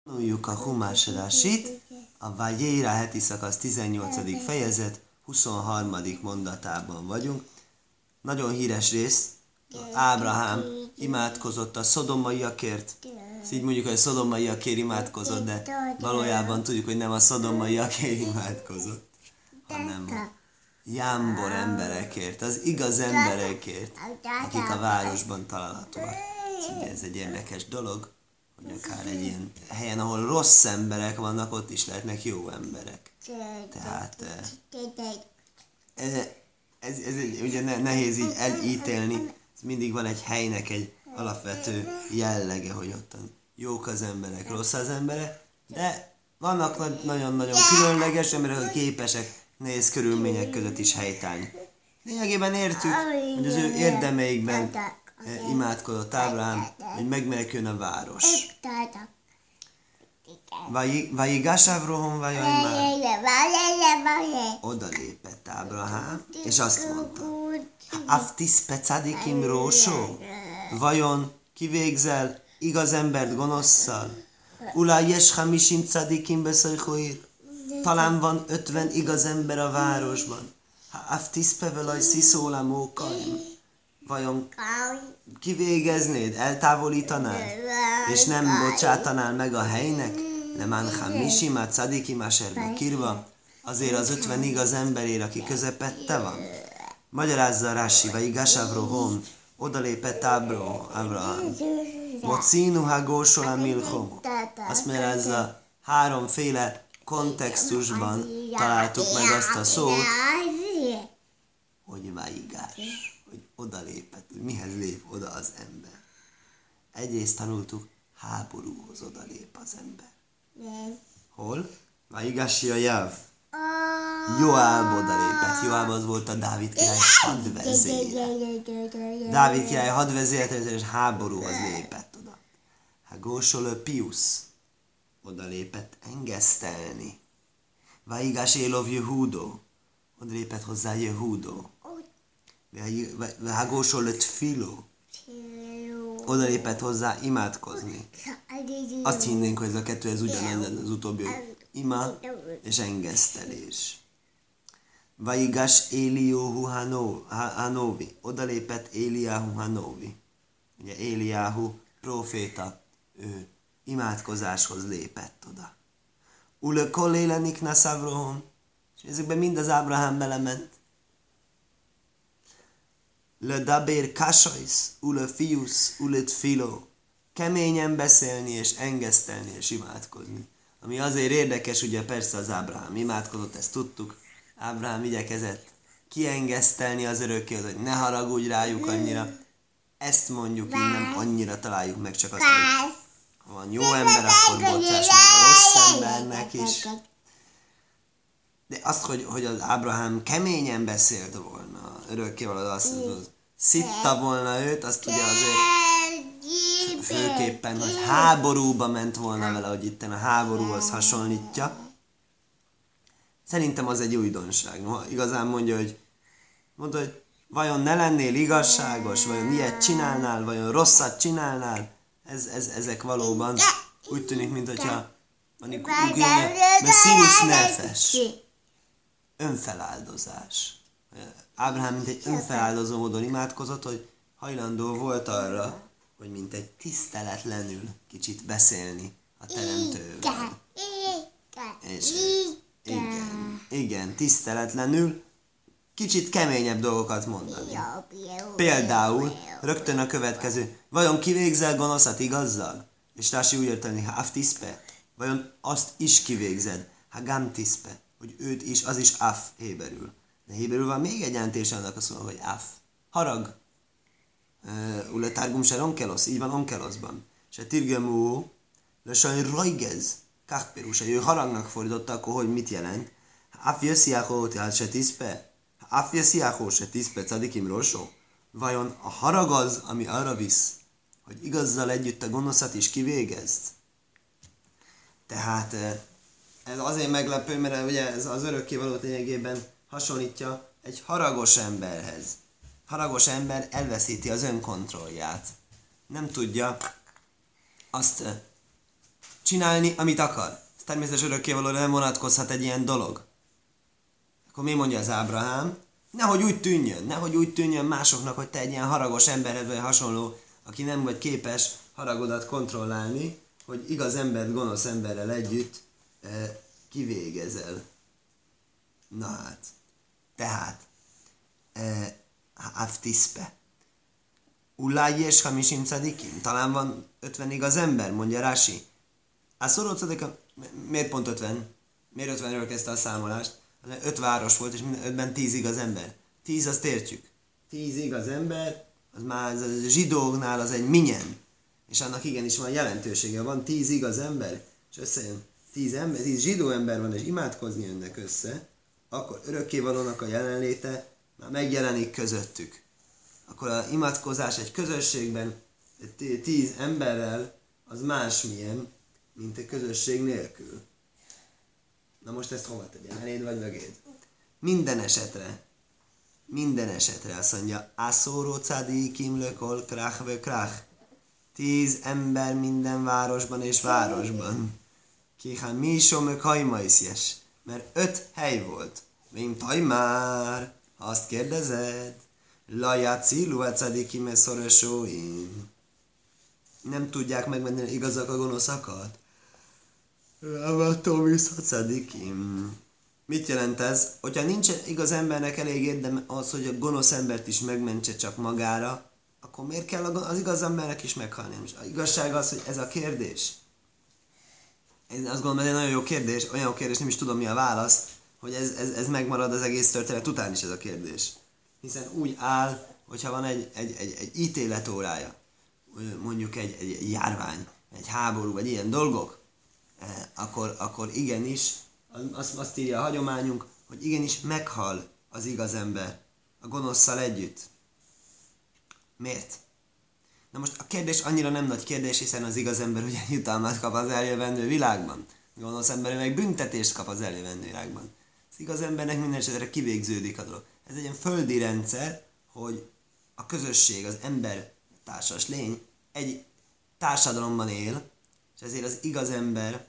Tanuljuk a Humás Rásit, a Vajéra heti szakasz 18. fejezet, 23. mondatában vagyunk. Nagyon híres rész, Ábrahám imádkozott a szodomaiakért. Ezt így mondjuk, hogy a szodomaiakért imádkozott, de valójában tudjuk, hogy nem a szodomaiakért imádkozott, hanem a jámbor emberekért, az igaz emberekért, akik a városban találhatóak. Ugye ez egy érdekes dolog, hogy akár egy ilyen helyen, ahol rossz emberek vannak, ott is lehetnek jó emberek. Tehát ez ugye nehéz így elítélni, mindig van egy helynek egy alapvető jellege, hogy ott jók az emberek, rossz az emberek, de vannak nagyon-nagyon különleges emberek, akik képesek nehéz körülmények között is helytállni. Lényegében értjük, hogy az ő érdemeikben imádkozott Ábrahám, hogy megmeneküljön a város. Vajigas Avrohom vajajmár. Oda lépett Ábrahám, és azt mondta, Aftis pecadikim rósó? Vajon kivégzel igaz embert gonoszszal? Ula jesha mishim cadikim beszajhoir? Talán van 50 igaz ember a városban. Aftis pevelaj sziszóla mókaim. Vajon kivégeznéd, eltávolítanád, és nem bocsátanál meg a helynek? Lemánha mishima cadikim aserbe kirva, azért az 50 igaz emberért, aki közepette van? Magyarázza Rási, Vajigas Avrohom, odalépett Ábrahám. Mocinu hagósola milchom. Azt magyarázza, háromféle kontextusban találtuk meg azt a szót, hogy Vajigas, hogy odalépett, hogy mihez lép oda az ember. Egyrészt tanultuk, háborúhoz odalép az ember. Hol? Vajigas Jajav. Joáb odalépett. Joáb az volt a Dávid király hadvezére. Dávid király hadvezére és háborúhoz lépett oda. Hagósol Piusz odalépett engesztelni. Vajigas Élov Jehudó odalépett hozzá Jehudó. Hagósol Tfilo odalépett hozzá imádkozni. Azt hinnénk, hogy ez a kettő ez ugyanaz, az utóbbi ima és engesztelés. Vajigas Élióhu Hanovi. Odalépett Éliáhu Hanovi. Ugye Éliáhu próféta, ő imádkozáshoz lépett oda. Ule kollélenik naszavrohom. És ezekben mind az Ábrahám belement. Le dabér kasajsz, ule fiusz, ule tfilo. Keményen beszélni és engesztelni és imádkozni. Ami azért érdekes, ugye persze az Ábrahám imádkozott, ezt tudtuk. Ábrahám igyekezett kiengesztelni az örökkéhoz, hogy ne haragudj rájuk annyira. Ezt mondjuk így nem annyira találjuk meg, csak azt, hogy ha van jó ember, akkor bocsáss meg a rossz embernek is. De azt, hogy az Ábrahám keményen beszélt volna, örökkévaló azt szitta volna őt, azt ugye azért főképpen, hogy háborúba ment volna vele, hogy itten a háborúhoz hasonlítja. Szerintem az egy újdonság. No, igazán mondja, hogy vajon ne lennél igazságos, vajon ilyet csinálnál, vajon rosszat csinálnál, ezek valóban úgy tűnik, mintha Messirus nefes, önfeláldozás. Ábrahám mint egy önfeláldozó módon imádkozott, hogy hajlandó volt arra, hogy mint egy tiszteletlenül kicsit beszélni a teremtővel. És igen, tiszteletlenül kicsit keményebb dolgokat mondani. Például rögtön a következő, vajon kivégzel gonoszat igazzal? És Rási úgy érteni, ha aftiszpe, vajon azt is kivégzed, ha gamtiszpe, hogy őt is, az is af héberül. De héberül van még egy jelentése annak a szóval, hogy af. Harag. Ule targum se onkelosz, így van onkeloszban. Se tirgemú, le saj rajgez, kakperusa, ő haragnak fordította, akkor hogy mit jelent? Af jesziáhó, tehát se tiszpe. Af jesziáhó, se tiszpe, cadikim rosó. Vajon a harag az, ami arra visz, hogy igazzal együtt a gonoszat is kivégezd? Tehát ez azért meglepő, mert ugye ez az örökkévaló lényegében hasonlítja egy haragos emberhez. Haragos ember elveszíti az önkontrollját. Nem tudja azt csinálni, amit akar. Ez természetesen örökkévalóra nem vonatkozhat egy ilyen dolog. Akkor mi mondja az Ábrahám? Nehogy úgy tűnjön másoknak, hogy te egy ilyen haragos embered vagy hasonló, aki nem vagy képes haragodat kontrollálni, hogy igaz embert gonosz emberrel együtt kivégezel. Na hát. Tehát. Haftiszpe. Uláj és hamisim cadikim. Talán van 50 igaz ember, mondja Rási. Szoró cadika, miért pont 50? Miért 50-ről kezdte a számolást? 5 város volt, és 5-ben 10 igaz ember. 10 azt értjük. 10 igaz ember, az már az a zsidóknál az egy minyen. És annak igenis van jelentősége. Van 10 igaz ember, és összejön 10 zsidó ember van, és imádkozni jönnek össze, akkor örökkévalónak a jelenléte már megjelenik közöttük. Akkor az imádkozás egy közösségben 10 emberrel az másmilyen, mint egy közösség nélkül. Na most ezt hova tegyem? Eléd vagy mögéd? Minden esetre azt mondja, Ászóró cádikim lökol krach ve krach. 10 ember minden városban és városban. Kihán mi somök hajmajszjes. Mert 5 hely volt. Vém tajmár, ha azt kérdezed. Lajácilu a cádikim e szorosóim. Nem tudják megmenni igazak a gonoszakat. Mit jelent ez? Hogyha nincs igaz embernek elég érdem az, hogy a gonosz embert is megmentse csak magára, akkor miért kell az igaz embernek is meghalni? Most a igazság az, hogy ez a kérdés. Én azt gondolom, ez egy nagyon jó kérdés, olyan jó kérdés, nem is tudom mi a válasz, hogy ez megmarad az egész történet után is ez a kérdés. Hiszen úgy áll, hogyha van egy ítéletórája, mondjuk egy járvány, egy háború, vagy ilyen dolgok, akkor igenis, azt írja a hagyományunk, hogy igenis meghal az igaz ember a gonoszszal együtt. Miért? Na most a kérdés annyira nem nagy kérdés, hiszen az igaz ember ugye jutalmat kap az eljövendő világban. A gonosz ember meg büntetést kap az eljövendő világban. Az igaz embernek minden esetre kivégződik a dolog. Ez egy ilyen földi rendszer, hogy a közösség, az ember társas lény egy társadalomban él, és ezért az igaz ember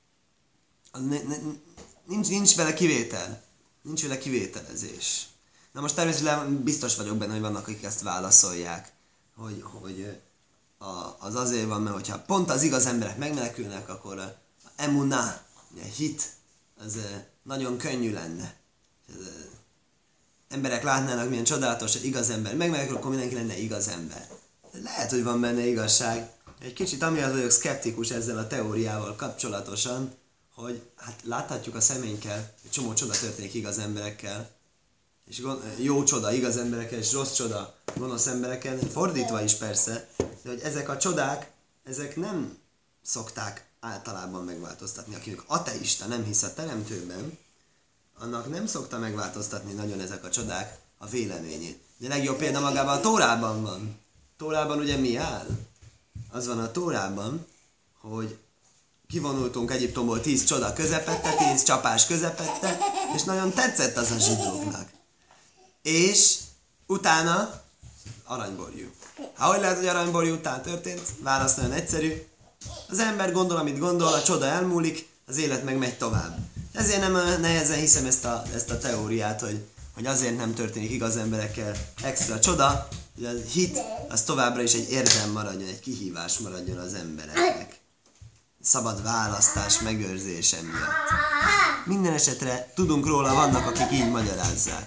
nincs vele kivétel. Nincs vele kivételezés. Na most természetesen biztos vagyok benne, hogy vannak, akik ezt válaszolják, hogy az azért van, mert hogyha pont az igaz emberek megmenekülnek, akkor a emuná, a hit, az nagyon könnyű lenne. Emberek látnának, milyen csodálatos, hogy igaz ember megmenekül, akkor mindenki lenne igaz ember. Lehet, hogy van benne igazság. Egy kicsit amiatt vagyok szkeptikus ezzel a teóriával kapcsolatosan, hogy hát láthatjuk a szeménkkel, hogy csomó csoda történik igaz emberekkel, és jó csoda igaz emberekkel, és rossz csoda gonosz emberekkel, fordítva is persze, de hogy ezek a csodák, ezek nem szokták általában megváltoztatni. Akinek ateista nem hisz a teremtőben, annak nem szokta megváltoztatni nagyon ezek a csodák a véleményét. De legjobb példa magában a Tórában van. Tórában ugye mi áll? Az van a Tórában, hogy kivonultunk Egyiptomból 10 csoda közepette, 10 csapás közepette, és nagyon tetszett az a zsidóknak. És utána aranyborjú. Hogy lehet, hogy aranyborjú után történt? Válasz nagyon egyszerű. Az ember gondol, amit gondol, a csoda elmúlik, az élet meg megy tovább. Ezért nem nehezen hiszem ezt a teóriát, hogy azért nem történik igaz emberekkel extra csoda, hogy a hit az továbbra is egy érdem maradjon, egy kihívás maradjon az embereknek. Szabad választás megőrzése miatt. Minden esetre tudunk róla, vannak, akik így magyarázzák.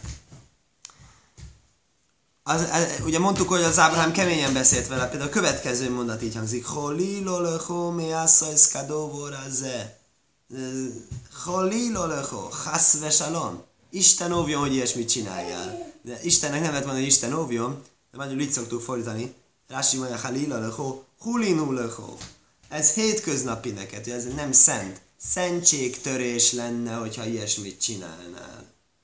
Ugye mondtuk, hogy az Ábrahám keményen beszélt vele, például a következő mondat így hangzik. Cholilo lecho meászaj szkadóvoraze. Cholilo lecho, chaszve salom. Isten óvjon, hogy ilyesmit csináljál. De Istennek nem lehet mondani, hogy Isten óvjon, de magyarul így szoktuk fordítani. Rási mondja, cholilo lecho, hulinu lecho. Ez hétköznapi neked, ez nem szent. Szentségtörés lenne, hogyha ilyesmit csinálnál.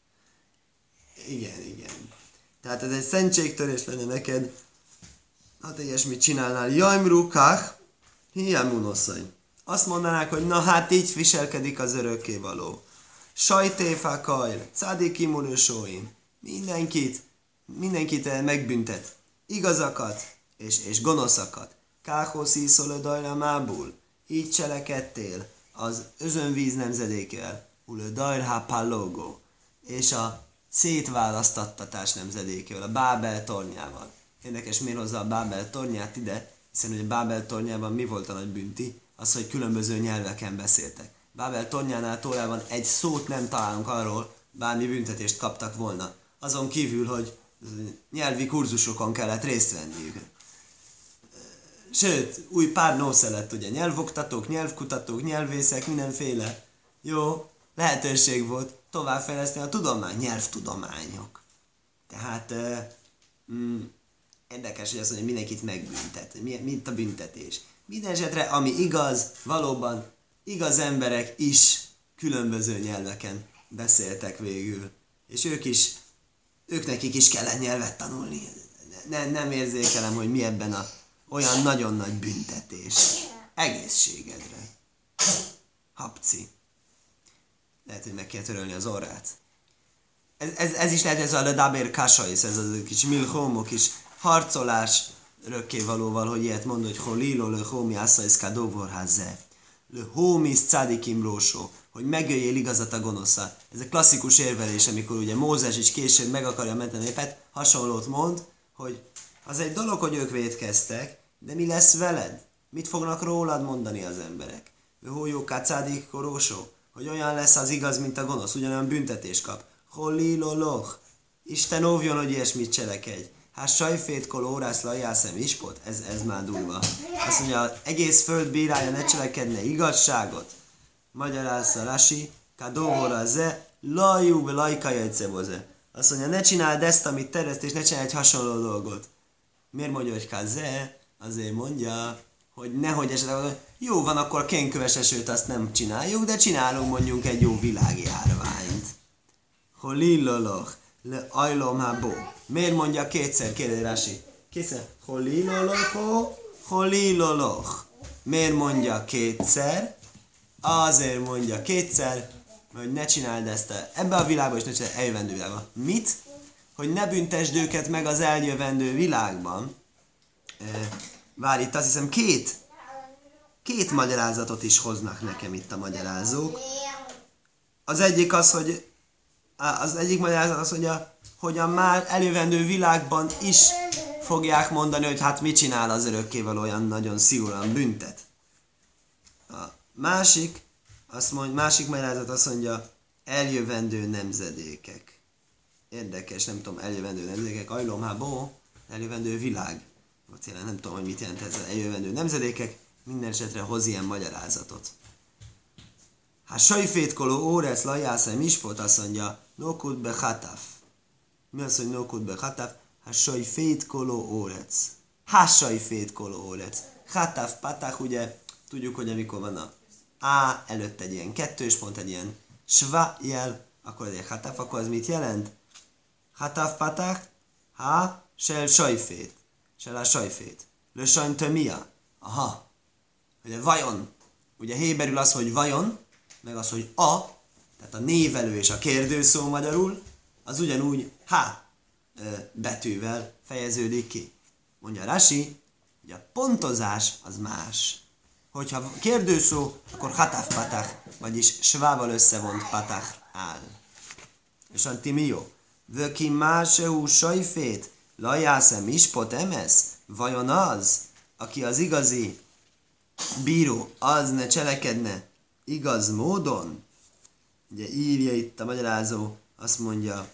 Igen. Tehát ez egy szentségtörés lenne neked, ha te ilyesmit csinálnál. Jajmrukach, hiámunoszai. Azt mondanák, hogy na hát így viselkedik az örökkévaló. Sajtéfá kajr, cádikim urösóim. Mindenkit megbüntet. Igazakat és gonoszakat. Káhosz iszolodajra mábul. így cselekedtél az özönvíz nemzedékkel, ule dajrhá pallógó, és a szétválasztattatás nemzedékével, a Bábel tornyával. Érdekes, miért hozza a Bábel tornyát ide, hiszen ugye Bábel tornyában mi volt a nagy bünti? Az, hogy különböző nyelveken beszéltek. Bábel tornyánál Tórában egy szót nem találunk arról, bármi büntetést kaptak volna. Azon kívül, hogy nyelvi kurzusokon kellett részt venniük. Sőt, új pár nósze lett, ugye, nyelvoktatók, nyelvkutatók, nyelvészek, mindenféle jó lehetőség volt továbbfejleszteni a tudomány, nyelvtudományok. Tehát érdekes, hogy azt mondja, hogy mindenkit megbüntet. Mint a büntetés. Minden esetre, ami igaz, valóban igaz emberek is különböző nyelveken beszéltek végül. És ők nekik is kellett nyelvet tanulni. Nem érzékelem, hogy mi ebben a olyan nagyon nagy büntetés. Egészségedre. Hapci. Lehet, hogy meg kell törölni az orrát. Ez is lehet, ez a ledaber kasais, ez az a kis milchómok, kis harcolás örökkévalóval, hogy ilyet mond, hogy holilo le homi asszaisz kadóvor hazze. Le homi szcádikim rósó, hogy megöljél igazat a gonosza. Ez a klasszikus érvelés, amikor ugye Mózes is később meg akarja menteni a népet, hasonlót mond, hogy az egy dolog, hogy ők vétkeztek, de mi lesz veled? Mit fognak rólad mondani az emberek? Hójóká cádik korósó, hogy olyan lesz az igaz, mint a gonosz, ugyanolyan büntetés kap. Holiloloch, Isten óvjon, hogy ilyesmit cselekedj. Hát sajfét kol órász lajászem ispot, ez már durva. Azt mondja, az egész föld bírája ne cselekedne igazságot. Magyarázza Rasi, kadóvora ze, lajú be lajkaja egyszerűze. Azt mondja, ne csináld ezt, amit tervezt, és ne csinálj egy hasonló dolgot. Miért mondja, hogy kaze? Azért mondja, hogy nehogy esetleg, jó van, akkor kénköves esőt azt nem csináljuk, de csinálunk mondjuk egy jó világjárványt. Holiloloch, le ajlom hábó. Miért mondja kétszer, kérdezi Rasi? Kétszer. Holiloloch. Miért mondja kétszer? Azért mondja kétszer, hogy ne csináld ezt ebbe a világban, és ne csináld eljövendő világban. Mit? Hogy ne büntesd őket meg az eljövendő világban. Várj, itt azt hiszem két magyarázatot is hoznak nekem itt a magyarázók. Az egyik az, hogy az egyik magyarázat az, hogy a már eljövendő világban is fogják mondani, hogy hát mit csinál az örökkévaló, olyan nagyon szigorúan büntet. A másik magyarázat azt mondja, eljövendő nemzedékek. Érdekes, nem tudom, eljövendő nemzedékek, ajlomhábó, eljövendő világ. Nem tudom, hogy mit jelent ez az eljövendő nemzedékek, minden esetre hoz ilyen magyarázatot. Hát sajfétkoló órec lajászai mispot azt mondja, nokut be hataf. Mi az, hogy nokut be hataf? Hát sajfétkoló órec. Hát sajfétkoló órec. Hataf patach, ugye, tudjuk, hogy amikor van a A előtt egy ilyen kettős pont, egy ilyen sva jel, akkor ez egy hataf, akkor ez mit jelent? Hataf patach, ha, sel sajfét. Sel a sajfét. Le sajntömia. Aha. Ugye vajon. Ugye héberül az, hogy vajon, meg az, hogy a, tehát a névelő és a kérdőszó magyarul, az ugyanúgy betűvel fejeződik ki. Mondja Rasi, hogy a pontozás az más. Hogyha kérdőszó, akkor hataf patach, vagyis svával összevont patach áll. És antimió. Vöki máseu sajfét, lajászem ispot emesz, vajon az, aki az igazi bíró, az ne cselekedne igaz módon? Ugye írja itt a magyarázó, azt mondja,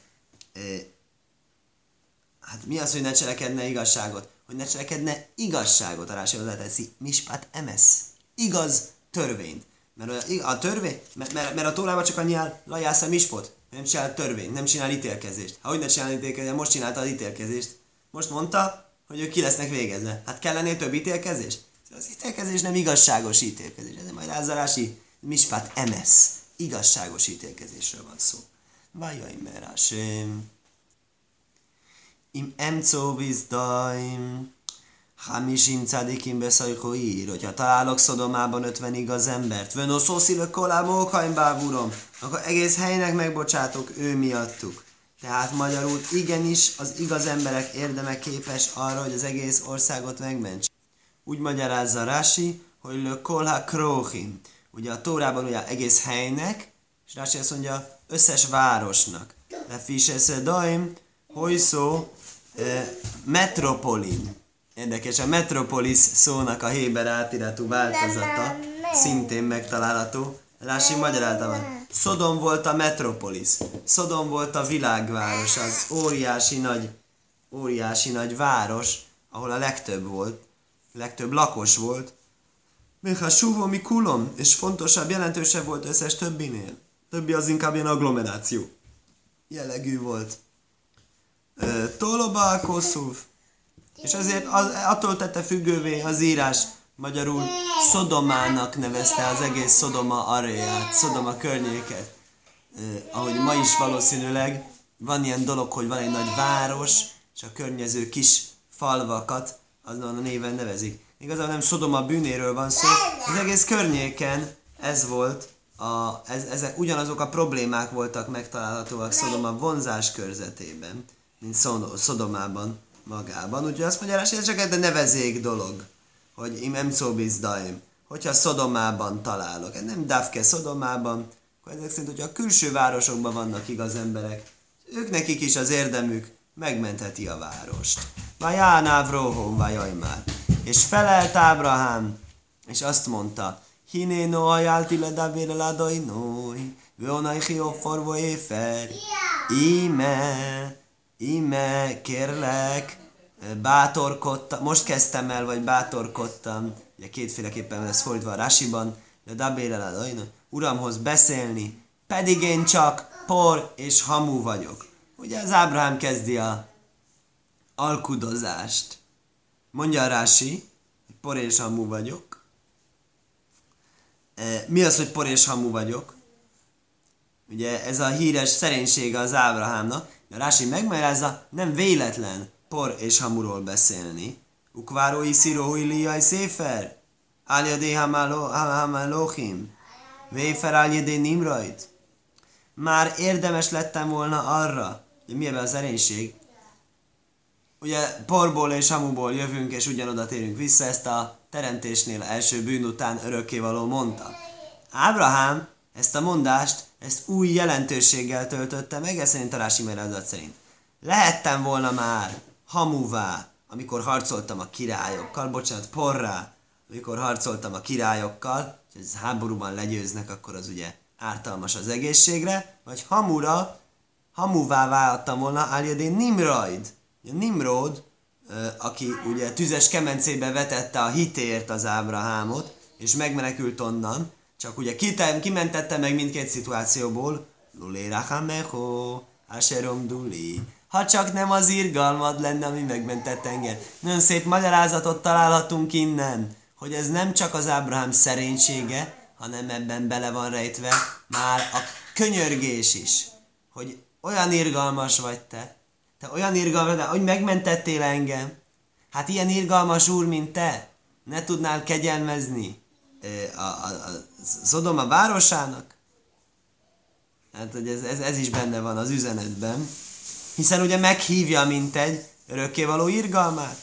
hát mi az, hogy ne cselekedne igazságot? Hogy ne cselekedne igazságot, a Rási hozzáteszi, mispat emesz, igaz törvényt. Mert a törvény, mert a Tórában csak annyi áll, lajász a mispot, nem csinál törvényt, nem csinál ítélkezést. Ha hogy ne csinál ítélkezést, most csinálta az ítélkezést. Most mondta, hogy ők ki lesznek végezve. Hát kellene több ítélkezés? Az ítélkezés nem igazságos ítélkezés. Ez majd Rási mispat emesz. Igazságos ítélkezésről van szó. Vajaj, merásém. Im emcó vizdaim. Hamisim cádikim beszajkó ír. Hogyha találok Szodomában 50 igaz embert. Vönoszó szívök kolám ókhaim bábúrom. Akkor egész helynek megbocsátok ő miattuk. Tehát magyarul igenis az igaz emberek érdeme képes arra, hogy az egész országot megmentse. Úgy magyarázza Rási, hogy le kolha króhim. Ugye a Tórában ugye egész helynek, és Rási azt mondja, összes városnak. De fisese daim, hogy szó metropolin. Érdekes, a metropolis szónak a héber átiratú változata szintén megtalálható. Rási magyarázta van. Szodom volt a metropolis. Szodom volt a világváros, az óriási nagy város, ahol a legtöbb lakos volt. Még ha súvó mi kulom, és fontosabb, jelentősebb volt összes többinél. Többi az inkább ilyen agglomeráció jellegű volt. Toloba koszúv. És azért attól tette függővé az írás, magyarul Szodomának nevezte az egész Szodoma areát, Szodoma környéket. Ahogy ma is valószínűleg van ilyen dolog, hogy van egy nagy város, és a környező kis falvakat azon a néven nevezik. Igazából nem Szodoma bűnéről van szó, az egész környéken ez volt, ezek ugyanazok a problémák voltak megtalálhatóak Szodoma vonzás körzetében, mint Szodomában magában. Úgyhogy azt mondja, hogy ez csak egy nevezék dolog, hogy imem szóbizdaim, hogyha Szodomában találok. Ez nem Davke Szodomában, akkor ezek szerint, hogyha a külső városokban vannak igaz emberek, ők nekik is az érdemük megmentheti a várost. Vaján Ávróhom, vajaj már. És felelt Ábrahám, és azt mondta, hiné noaj álti le davére ládai noaj, vőnaj hió forvó éfer, íme, kérlek, bátorkodtam, most kezdtem el, vagy bátorkodtam, ugye kétféleképpen lesz fordítva a Rásiban, de davére ládai noaj, Uramhoz beszélni, pedig én csak por és hamu vagyok. Ugye az Ábrahám kezdi a alkudozást. Mondja a Rási, hogy por és hamu vagyok. Mi az, hogy por és hamu vagyok? Ugye ez a híres szerénysége az Ábrahámnak. A Rási megmagyarázza, nem véletlen por és hamuról beszélni. Ukvárói szírói liai széfer. Áljadé hamálohim. Véfer áljadé nimrajt. Már érdemes lettem volna arra, hogy mi ebben a szerénység. Ugye porból és hamuból jövünk, és ugyanoda térünk vissza, ezt a teremtésnél első bűn után örökkévaló mondta. Ábrahám ezt a mondást, ezt új jelentőséggel töltötte meg, ez szerint a Rási magyarázat szerint. Lehettem volna már hamuvá, amikor harcoltam a királyokkal, porrá, amikor harcoltam a királyokkal, és ez háborúban legyőznek, akkor az ugye ártalmas az egészségre, vagy hamuvá válhattam volna Áljadén Nimraid. Nimrod, aki ugye tüzes kemencébe vetette a hitért az Ábrahámot, és megmenekült onnan, csak ugye kimentette meg mindkét szituációból, Lulérachamecho, Aserom Duli. Ha csak nem az irgalmad lenne, ami megmentett engem. Nagyon szép magyarázatot találhatunk innen, hogy ez nem csak az Ábrahám szerénysége, hanem ebben bele van rejtve már a könyörgés is, hogy olyan irgalmas vagy te olyan irgalmas, de hogy megmentettél engem? Hát ilyen irgalmas úr, mint te, ne tudnál kegyelmezni a Szodoma városának? Hát, hogy ez is benne van az üzenetben, hiszen ugye meghívja, mint egy örökkévaló irgalmát.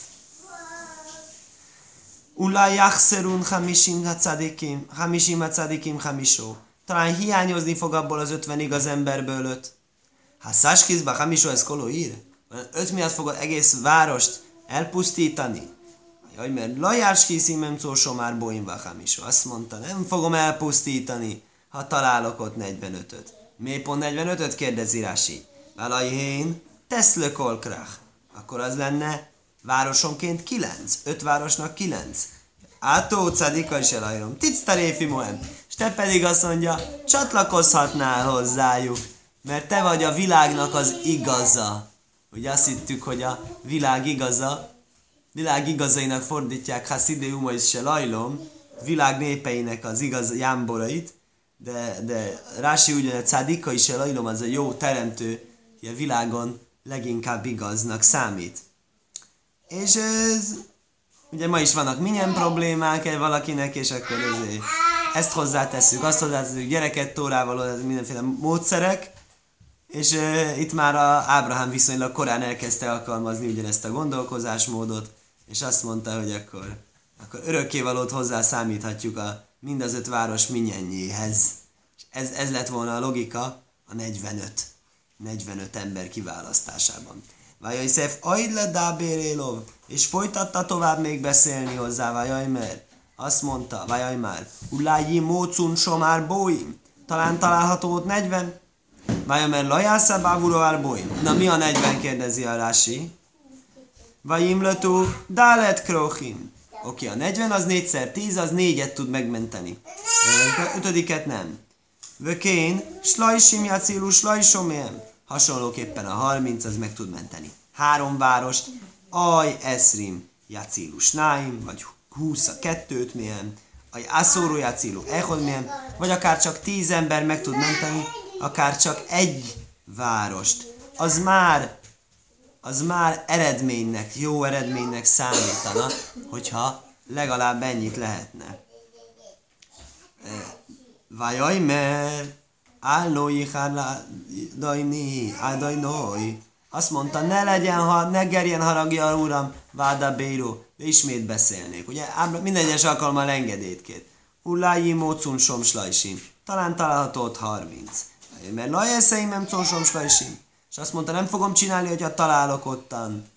Ulá jachszerun hamishim hamisó. Talán hiányozni fog abból az 50 igaz emberből 5. Ha száskizba hamisó ez kolóír? 5 miatt fogod egész várost elpusztítani? Jaj, mert lajárski szímem szó már boimba hamisó. Azt mondta, nem fogom elpusztítani, ha találok ott 45-öt. Miért pont 45-öt? Kérdezi Rási. Válajhén, teszlökolkrach. Akkor az lenne városonként 9. 5 városnak 9. Átó cadika is elajrom. Tictaréfi moem. És te pedig azt mondja, csatlakozhatnál hozzájuk, mert te vagy a világnak az igaza. Ugye azt hittük, hogy a világ igazainak fordítják Hasidé is se lajlom, világ népeinek az igaz jámborait, de Rási ugyan a cádika is se lajlom, az a jó teremtő, hogy a világon leginkább igaznak számít. És ez, ugye ma is vannak milyen problémák valakinek, és akkor ezért ezt hozzátesszük, azt hozzátesszük, gyereket Tórával, mindenféle módszerek, és itt már Ábrahám viszonylag korán elkezdte alkalmazni ugyanezt a gondolkozásmódot, és azt mondta, hogy akkor akkor örökkévalót hozzá számíthatjuk mind az 5 város minyennyéhez. És ez lett volna a logika a 45 ember kiválasztásában. Vajajszef ajd le dábérélov, és folytatta tovább még beszélni hozzá, Vajajmer. Azt mondta, Vajajmár, ulájji mócun somár bóim, talán található ott 40? Vajajmer lajászá bávulóvár bóim. Na mi a 40, kérdezi a Rási. Vajimlötú dálet krochim. Oké, a 40 az 4x10, az 4-et tud megmenteni. 5-et nem. Vökén, slajsim jacilu slajsomém. Hasonlóképpen a 30 az meg tud menteni 3 várost. Aj eszrim jacilu snáim, vagy 20 a 2-t milyen. Aj aszóru jacilu echod milyen. Vagy akár csak 10 ember meg tud menteni, akár csak egy várost. Az már eredménynek, jó eredménynek számítana, hogyha legalább ennyit lehetne. Vajajmer, állói dajnói. Azt mondta, ne gerjen haragja, uram, váda béró, de ismét beszélnék. Ugye minden egyes alkalommal engedélyt kér. Hullájji mócun somslajsim. Talán található ott 30. Mert lajeszei memcon somslajsim. És azt mondta, nem fogom csinálni, hogyha találok ottan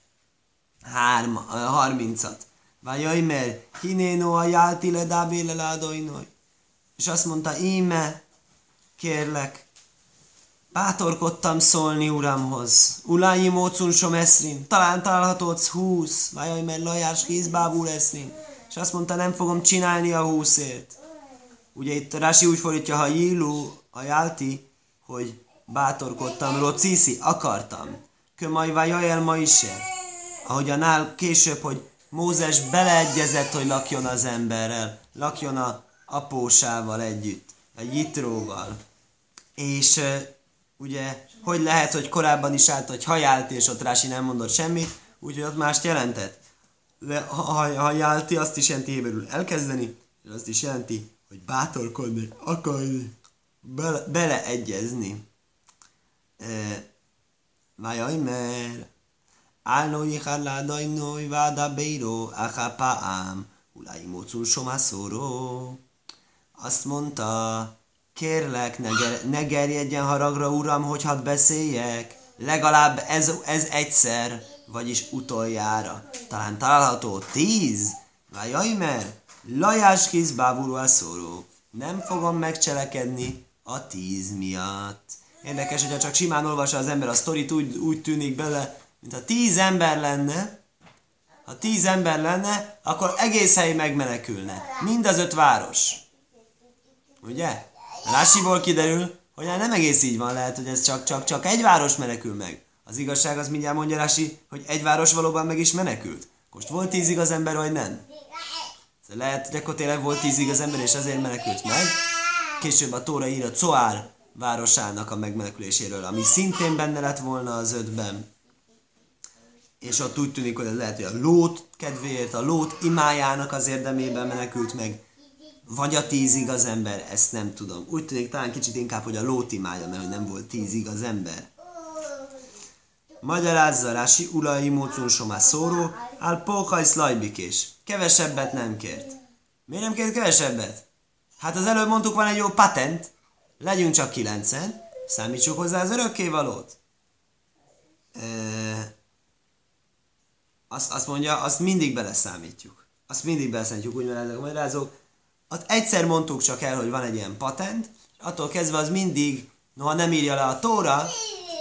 30-at. Vajajmer, hinéno a jálti le dábéle ládojnoj. És azt mondta, íme, kérlek, bátorkodtam szólni uramhoz. Ulájji mócun som eszrin. Talán található ott 20. Vajajmer lajás hízbábul eszrin. És azt mondta, nem fogom csinálni a 20-ért. Ugye itt Rási úgy fordítja, ha jílu, a jálti, hogy bátorkodtam, rociszi, akartam. Kömajvá jajel ma is se. Ahogy később, hogy Mózes beleegyezett, hogy lakjon az emberrel, lakjon a apósával együtt, a Jitróval. És ugye, hogy lehet, hogy korábban is állt, hogy hajált, és ott Rási nem mondott semmit, úgyhogy ott mást jelentett. De hajálti azt is jelenti héberül elkezdeni, és azt is jelenti, hogy bátorkodni, akarni, beleegyezni. Vajajmer, állói halládajnói váda beíró, áhápáám, ulái mócul somászóró. Azt mondta, kérlek, ne gerjedjen haragra, uram, hogy hadd beszéljek. Legalább ez egyszer, vagyis utoljára. Talán található 10. Vajajmer, lajás hízbávuló a szóró. Nem fogom megcselekedni a 10 miatt. Érdekes, hogyha csak simán olvassa az ember a sztorit, úgy tűnik bele, mint ha 10 ember lenne. Ha 10 ember lenne, akkor egész hely megmenekülne. Mind az 5 város. Ugye? Rásiból kiderül, hogy nem egész így van, lehet, hogy ez csak egy város menekül meg. Az igazság az mindjárt mondja Rási, hogy egy város valóban meg is menekült. Most volt 10 igaz ember, vagy nem? Lehet, hogy akkor tényleg volt 10 igaz ember, és azért menekült meg. Később a Tóra ír a Coár városának a megmeneküléséről, ami szintén benne lett volna az 5-ben. És ott úgy tűnik, hogy ez lehet, hogy a Lót kedvéért, a Lót imájának az érdemében menekült meg, vagy a 10 igaz ember, ezt nem tudom. Úgy tűnik talán kicsit inkább, hogy a Lót imája, mert hogy nem volt 10 igaz ember. Magyarázza Rási, ulai mócun somá szóró, áll póhaj szlajbikés. Kevesebbet nem kért. Miért nem kért kevesebbet? Hát az előbb mondtuk, van egy jó patent. Legyünk csak 9-en, számítsuk hozzá az örökkévalót. Azt mondja, azt mindig beleszámítjuk. Úgy magyarázok. Azt egyszer mondtuk csak el, hogy van egy ilyen patent, és attól kezdve az mindig, noha nem írja le a Tóra,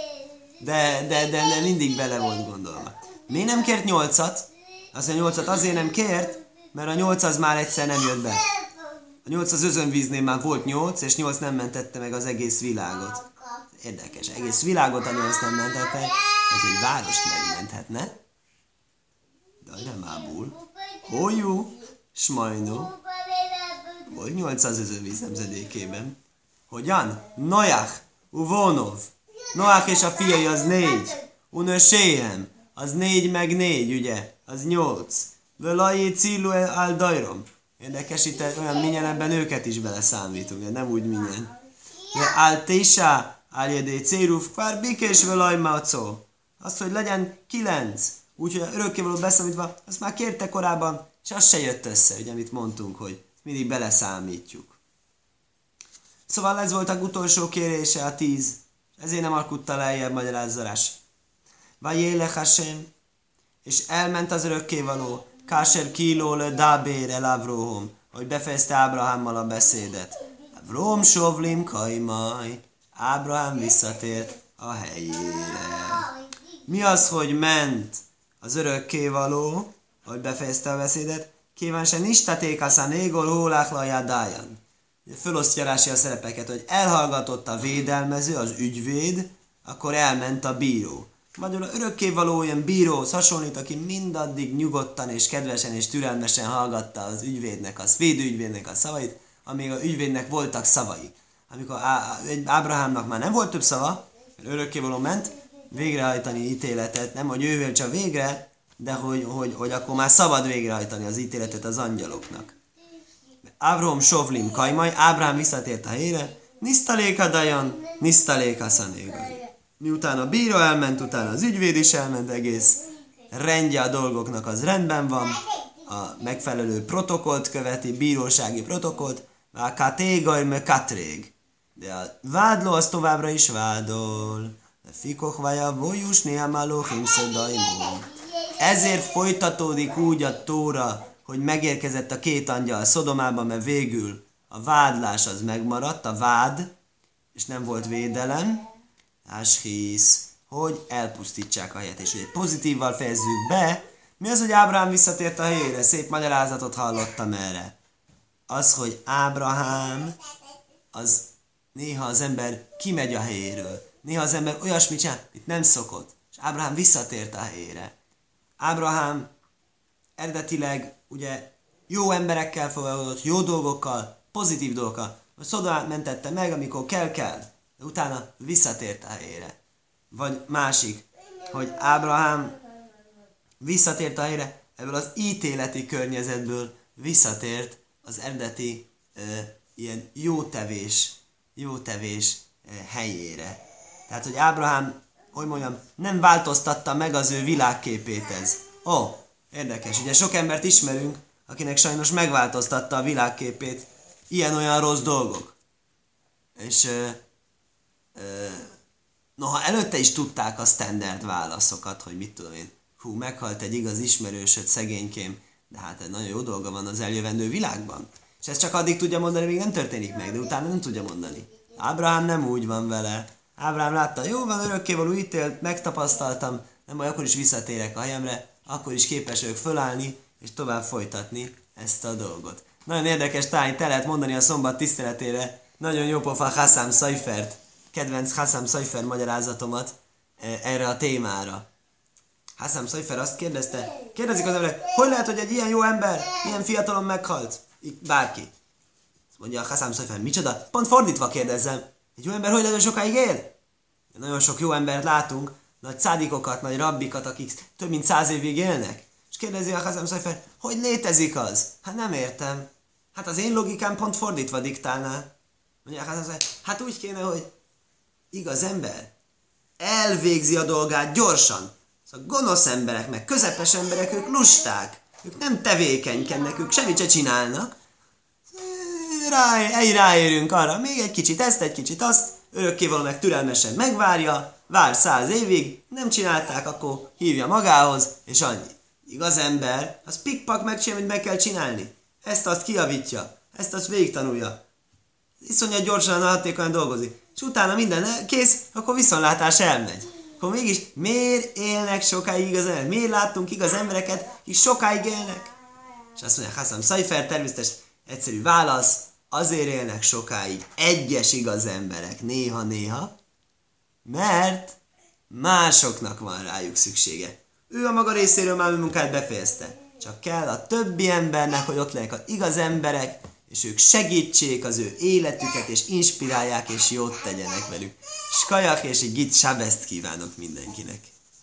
de mindig bele volt gondolva. Miért nem kért 8-at? Azt mondja, 8-at azért nem kért, mert a 8 az már egyszer nem jött be. A 8 az özönvíznél már volt 8, és 8 nem mentette meg az egész világot. Érdekes, egész világot a 8 nem mentette, hogy egy várost megmenthetne. De nem ábul. Hójú, smajnó. Volt 800 özönvíz nemzedékében. Hogyan? Noach, Uvonov. Noach és a fiai az 4. Unöséhem, az 4 meg 4, ugye? Az 8. Völajé cilu al dajrom. Érdekes, itt olyan minyenebben őket is beleszámítunk, nem úgy minyen. Áltésa, áljedé céruf, kvár bikés völaj macó. Azt, hogy legyen 9. Úgyhogy örökkévaló beszámítva, azt már kérte korábban és az se jött össze, ugye, amit mondtunk, hogy mindig beleszámítjuk. Szóval ez volt a utolsó kérése, a 10. Ezért nem alkutta lejjebb, magyarázza Rási. Vajélech Hashem, és elment az örökkévaló, Kásher kiló le dábér el Avróhom, hogy befejezte Ábrahámmal a beszédet. Avróm sovlim kajmaj, Ábrahám visszatért a helyére. Mi az, hogy ment az örökkévaló, hogy befejezte a beszédet? Kívánse nistaték aszán égol hólákla jádájan. Fölosztja Rási a szerepeket, hogy elhallgatott a védelmező, az ügyvéd, akkor elment a bíró. Magyarul a örökkévaló olyan bíróhoz hasonlít, aki mindaddig nyugodtan és kedvesen és türelmesen hallgatta az ügyvédnek, az védőügyvédnek a szavait, amíg a ügyvédnek voltak szavai. Amikor Ábrahámnak már nem volt több szava, mert örökkévaló ment végrehajtani ítéletet, nem hogy ő csak végre, de hogy akkor már szabad végrehajtani az ítéletet az angyaloknak. Avróm sovlim kajmaj, Ábrahám visszatért a helyére, nisztaléka dajan, nisztaléka szanégai. Miután a bíró elment, utána az ügyvéd is elment, egész rendje a dolgoknak az rendben van, a megfelelő protokollt követi, bírósági protokollt, a katégaj me katrég. De a vádló az továbbra is vádol. Fikoch vaja vojus néhámáló himszedajmó. Ezért folytatódik úgy a Tóra, hogy megérkezett a két angyal Szodomába, mert végül a vádlás az megmaradt, a vád, és nem volt védelem, hisz, hogy elpusztítsák a helyet. És hogy egy pozitívval fejezzük be, mi az, hogy Ábrahám visszatért a helyére? Szép magyarázatot hallottam erre. Az, hogy Ábrahám, az néha az ember kimegy a helyéről. Néha az ember olyasmit csinál, amit nem szokott. És Ábrahám visszatért a helyére. Ábrahám eredetileg ugye jó emberekkel foglalkozott, jó dolgokkal, pozitív dolgokkal. A Szodomát mentette meg, amikor kell, de utána visszatért a helyére. Vagy másik, hogy Ábrahám visszatért a helyére, ebből az ítéleti környezetből visszatért az eredeti ilyen jótevés helyére. Tehát, hogy Ábrahám, hogy mondjam, nem változtatta meg az ő világképét ez. Érdekes, ugye sok embert ismerünk, akinek sajnos megváltoztatta a világképét ilyen-olyan rossz dolgok. És noha előtte is tudták a standard válaszokat, hogy mit tudom én, meghalt egy igaz ismerősöd, szegénykém, de hát egy nagyon jó dolga van az eljövendő világban. És ezt csak addig tudja mondani, még nem történik meg, de utána nem tudja mondani. Ábrahám nem úgy van vele. Ábrahám látta, jó van, örökkévaló ítélt, megtapasztaltam, nem baj, akkor is visszatérek a helyemre, akkor is képes vagyok fölállni, és tovább folytatni ezt a dolgot. Nagyon érdekes, talán te lehet mondani a szombat tiszteletére, nagyon jó pofa Hassam Szajfert, kedvenc Hassam Szajfer magyarázatomat erre a témára. Hassam Szajfer azt kérdezik az emberek, hogy lehet, hogy egy ilyen jó ember, ilyen fiatalon meghalt? Bárki. Azt mondja a Hassam Szajfer, micsoda? Pont fordítva kérdezzem. Egy jó ember hogy lehet, hogy sokáig él? Nagyon sok jó embert látunk, nagy cádikokat, nagy rabbikat, akik több mint 100 évig élnek. És kérdezi a Hassam Szajfer, hogy létezik az? Hát nem értem. Hát az én logikám pont fordítva diktálná. Mondja a Hassam Szajfer, hát úgy kéne, hogy igaz ember elvégzi a dolgát gyorsan. Szóval gonosz emberek, meg közepes emberek, ők lusták. Ők nem tevékenykednek, ők semmit se csinálnak. Ráérünk arra, még egy kicsit ezt, egy kicsit azt, örökkévaló meg türelmesen megvárja, vár 100 évig, nem csinálták, akkor hívja magához, és annyi. Igaz ember, az pikpak megcsinálja, amit meg kell csinálni. Ezt-azt kijavítja, ezt-azt végigtanulja. Iszonyat gyorsan, hatékonyan dolgozik. És utána minden kész, akkor viszontlátás elmegy. Akkor mégis miért élnek sokáig igaz emberek? Miért láttunk igaz embereket, akik sokáig élnek? És azt mondja, Hassam Szajfer, természetesen egyszerű válasz, azért élnek sokáig egyes igaz emberek, néha-néha, mert másoknak van rájuk szüksége. Ő a maga részéről már munkát befejezte. Csak kell a többi embernek, hogy ott legyenek az igaz emberek, és ők segítsék az ő életüket, és inspirálják, és jót tegyenek velük. Skajak és egy git sábeszt kívánok mindenkinek.